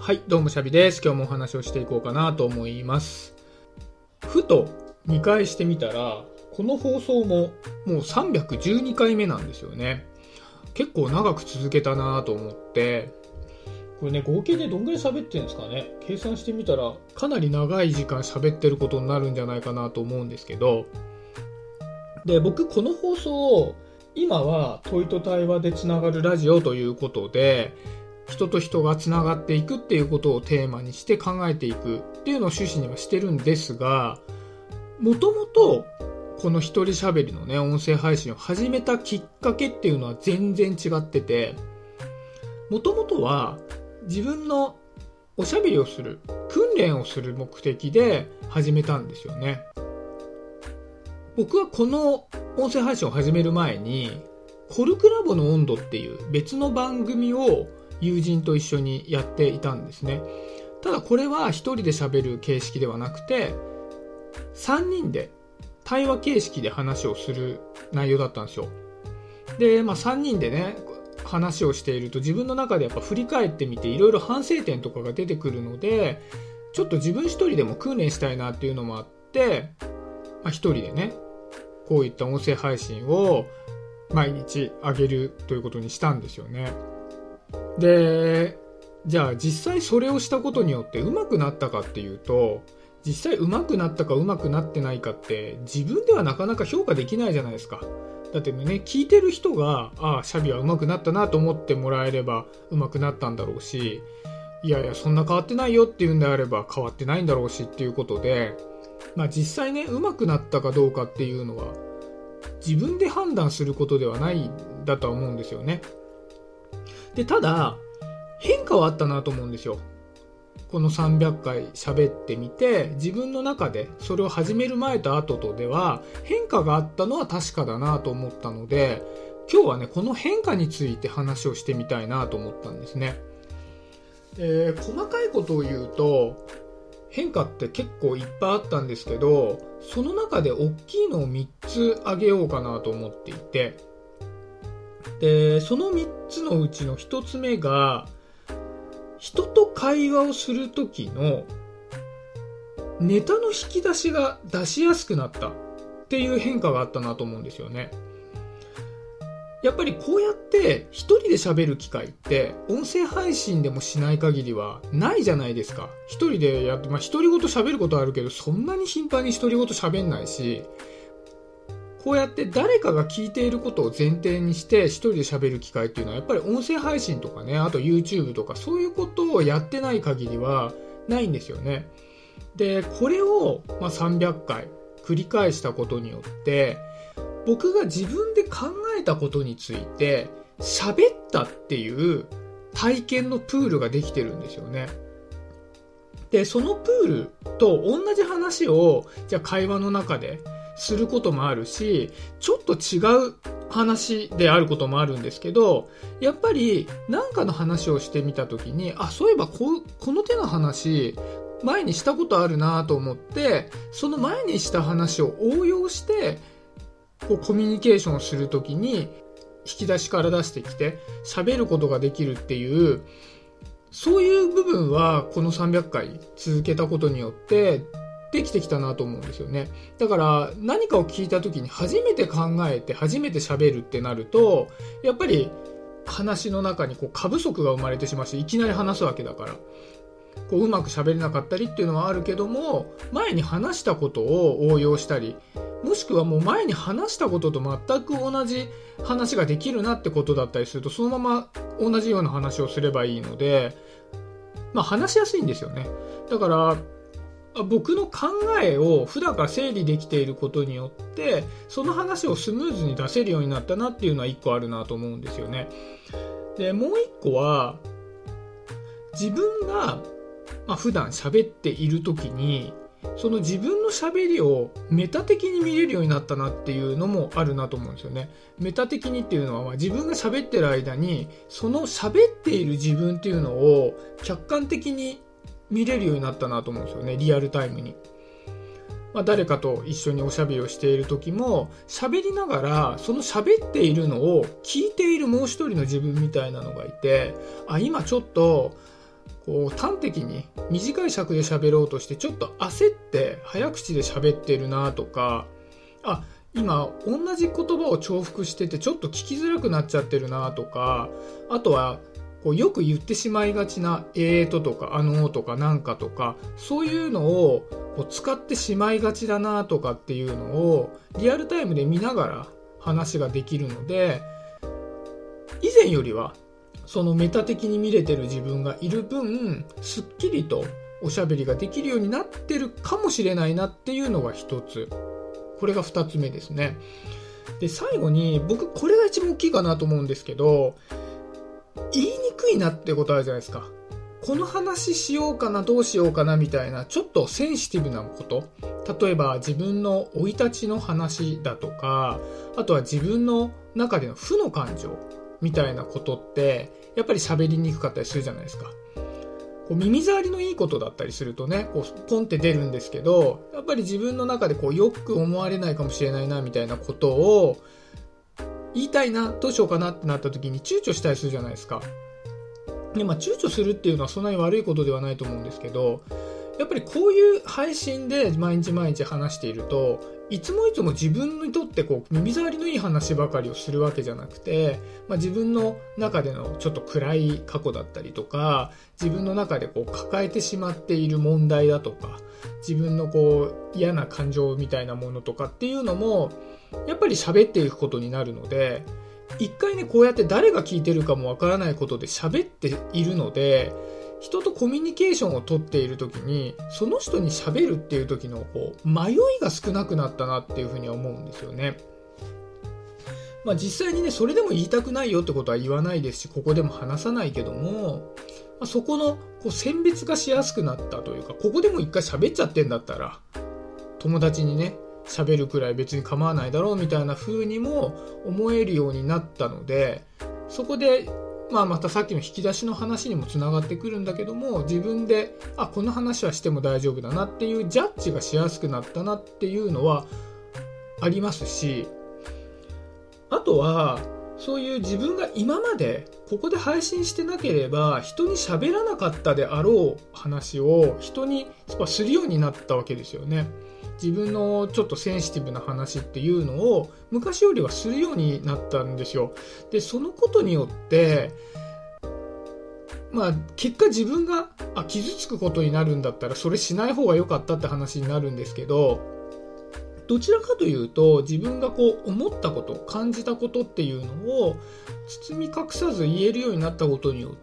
はい、どうもシャビです。今日もお話をしていこうかなと思います。ふと見返してみたら、この放送ももう312回目なんですよね。結構長く続けたなと思って、これね、合計でどんぐらい喋ってるんですかね。計算してみたらかなり長い時間喋ってることになるんじゃないかなと思うんですけど、で、僕この放送を今は問いと対話でつながるラジオということで、人と人がつながっていくっていうことをテーマにして考えていくっていうのを趣旨にはしてるんですが、もともとこの一人喋りのね、音声配信を始めたきっかけっていうのは全然違ってて、もともとは自分のおしゃべりをする、訓練をする目的で始めたんですよね。僕はこの音声配信を始める前に、コルクラボの温度っていう別の番組を友人と一緒にやっていたんですね。ただこれは一人で喋る形式ではなくて、3人で対話形式で話をする内容だったんですよ。で、3人でね、話をしていると自分の中でやっぱ振り返ってみていろいろ反省点とかが出てくるので、ちょっと自分一人でも訓練したいなっていうのもあって、一人でね、こういった音声配信を毎日上げるということにしたんですよね。で、じゃあ実際それをしたことによって上手くなったかっていうと、実際上手くなったか上手くなってないかって自分ではなかなか評価できないじゃないですか。だってね、聞いてる人が、シャビは上手くなったなと思ってもらえれば上手くなったんだろうし、いやいやそんな変わってないよっていうんであれば変わってないんだろうしっていうことで、実際ね、上手くなったかどうかっていうのは自分で判断することではないんだとは思うんですよね。で、ただ変化はあったなと思うんですよ。この300回喋ってみて、自分の中でそれを始める前と後とでは変化があったのは確かだなと思ったので、今日はね、この変化について話をしてみたいなと思ったんですね。細かいことを言うと、変化って結構いっぱいあったんですけど、その中で大きいのを3つ挙げようかなと思っていて、で、その3つのうちの1つ目が、人と会話をするときのネタの引き出しが出しやすくなったっていう変化があったなと思うんですよね。やっぱりこうやって一人で喋る機会って音声配信でもしない限りはないじゃないですか。一人でやって、独り言喋ることあるけど、そんなに頻繁に独り言喋んないし、こうやって誰かが聞いていることを前提にして一人で喋る機会っていうのはやっぱり音声配信とかね、あと YouTube とかそういうことをやってない限りはないんですよね。で、これを300回繰り返したことによって僕が自分で考えたことについて喋ったっていう体験のプールができてるんですよね。で、そのプールと同じ話をじゃあ会話の中ですることもあるし、ちょっと違う話であることもあるんですけど、やっぱり何かの話をしてみたときに、そういえばこの手の話前にしたことあるなと思って、その前にした話を応用してコミュニケーションをするときに引き出しから出してきて喋ることができるっていう、そういう部分はこの300回続けたことによってできてきたなと思うんですよね。だから何かを聞いた時に初めて考えて初めて喋るってなると、やっぱり話の中に過不足が生まれてしまうし、いきなり話すわけだからうまく喋れなかったりっていうのはあるけども、前に話したことを応用したり、もしくはもう前に話したことと全く同じ話ができるなってことだったりすると、そのまま同じような話をすればいいので、話しやすいんですよね。だから僕の考えを普段から整理できていることによってその話をスムーズに出せるようになったなっていうのは一個あるなと思うんですよね。で、もう一個は自分が普段喋っている時にその自分の喋りをメタ的に見れるようになったなっていうのもあるなと思うんですよね。メタ的にっていうのは自分が喋ってる間にその喋っている自分っていうのを客観的に見れるようになったなと思うんですよね、リアルタイムに。誰かと一緒におしゃべりをしている時も喋りながらその喋っているのを聞いているもう一人の自分みたいなのがいて、今ちょっとこう端的に短い尺で喋ろうとしてちょっと焦って早口で喋ってるなとか、今同じ言葉を重複しててちょっと聞きづらくなっちゃってるなとか、あとはこうよく言ってしまいがちなとかとかなんかとか、そういうのをこう使ってしまいがちだなとかっていうのをリアルタイムで見ながら話ができるので、以前よりはそのメタ的に見れてる自分がいる分、すっきりとおしゃべりができるようになってるかもしれないなっていうのが一つ。これが二つ目ですね。で、最後に僕これが一番大きいかなと思うんですけど、言いにくいなってことあるじゃないですか。この話しようかなどうしようかなみたいなちょっとセンシティブなこと、例えば自分の生い立ちの話だとか、あとは自分の中での負の感情みたいなことってやっぱり喋りにくかったりするじゃないですか。こう耳障りのいいことだったりするとね、こうポンって出るんですけど、やっぱり自分の中でこうよく思われないかもしれないなみたいなことを言いたいな、どうしようかなってなった時に躊躇したりするじゃないですか。で、躊躇するっていうのはそんなに悪いことではないと思うんですけど、やっぱりこういう配信で毎日毎日話していると、いつもいつも自分にとってこう耳障りのいい話ばかりをするわけじゃなくて、自分の中でのちょっと暗い過去だったりとか、自分の中でこう抱えてしまっている問題だとか、自分のこう嫌な感情みたいなものとかっていうのもやっぱり喋っていくことになるので、一回ね、こうやって誰が聞いてるかもわからないことで喋っているので、人とコミュニケーションを取っている時にその人に喋るっていう時のこう迷いが少なくなったなっていうふうには思うんですよね。実際にね、それでも言いたくないよってことは言わないですし、ここでも話さないけども、そこのこう選別がしやすくなったというか、ここでも一回喋っちゃってんだったら友達にね喋るくらい別に構わないだろうみたいな風にも思えるようになったので、そこでまたさっきの引き出しの話にもつながってくるんだけども、自分でこの話はしても大丈夫だなっていうジャッジがしやすくなったなっていうのはありますし、あとはそういう自分が今までここで配信してなければ人に喋らなかったであろう話を人にするようになったわけですよね。自分のちょっとセンシティブな話っていうのを昔よりはするようになったんですよ。で、そのことによって結果自分が傷つくことになるんだったらそれしない方が良かったって話になるんですけど、どちらかというと自分がこう思ったこと、感じたことっていうのを包み隠さず言えるようになったことによって、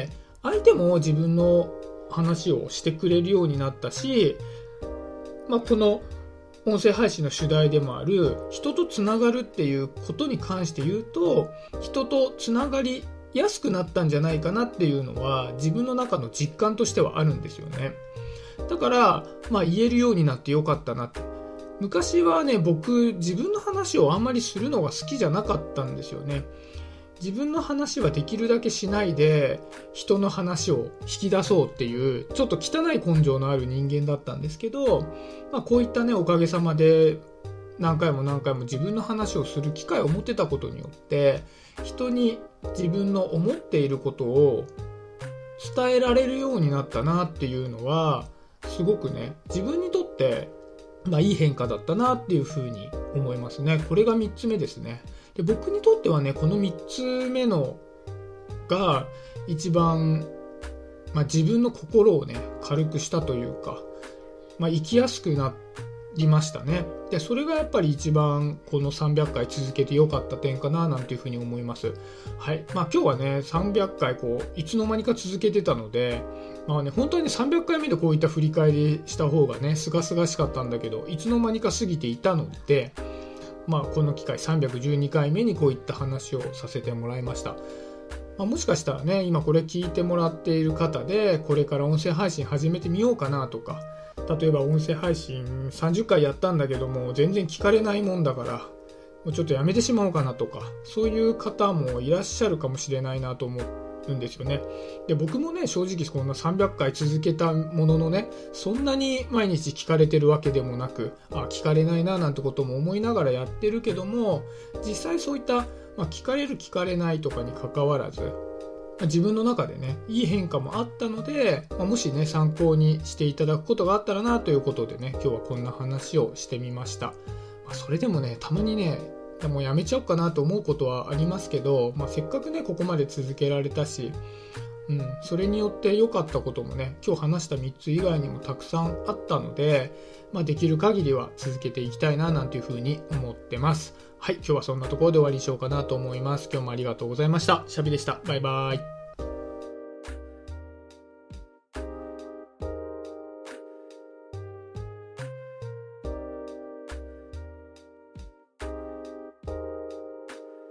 相手も自分の話をしてくれるようになったし、この音声配信の主題でもある人とつながるっていうことに関して言うと、人とつながりやすくなったんじゃないかなっていうのは自分の中の実感としてはあるんですよね。だから言えるようになってよかったなって。昔はね、僕自分の話をあんまりするのが好きじゃなかったんですよね。自分の話はできるだけしないで人の話を引き出そうっていうちょっと汚い根性のある人間だったんですけど、こういったね、おかげさまで何回も自分の話をする機会を持ってたことによって、人に自分の思っていることを伝えられるようになったなっていうのはすごくね、自分にとっていい変化だったなっていうふうに思いますね。これが3つ目ですね。で、僕にとってはね、この3つ目のが一番、自分の心をね軽くしたというか、生きやすくなりましたね。で、それがやっぱり一番この300回続けてよかった点かななんていうふうに思います。はい。今日はね300回いつの間にか続けてたので、本当に300回目でこういった振り返りした方がね清々しかったんだけど、いつの間にか過ぎていたので、この機会312回目にこういった話をさせてもらいました。もしかしたらね、今これ聞いてもらっている方でこれから音声配信始めてみようかなとか、例えば音声配信30回やったんだけども全然聞かれないもんだからもうちょっとやめてしまおうかなとか、そういう方もいらっしゃるかもしれないなと思うんですよね。で、僕もね、正直こんな300回続けたもののね、そんなに毎日聞かれてるわけでもなく、聞かれないななんてことも思いながらやってるけども、実際そういった、聞かれる聞かれないとかに関わらず、 自分の中でね、いい変化もあったので、もしね、参考にしていただくことがあったらなということでね、今日はこんな話をしてみました。それでもね、たまにね、もうやめちゃおうかなと思うことはありますけど、せっかくね、ここまで続けられたし、それによって良かったこともね、今日話した3つ以外にもたくさんあったので、できる限りは続けていきたいななんていうふうに思ってます。はい、今日はそんなところで終わりにしようかなと思います。今日もありがとうございました。シャビでした。バイバイ。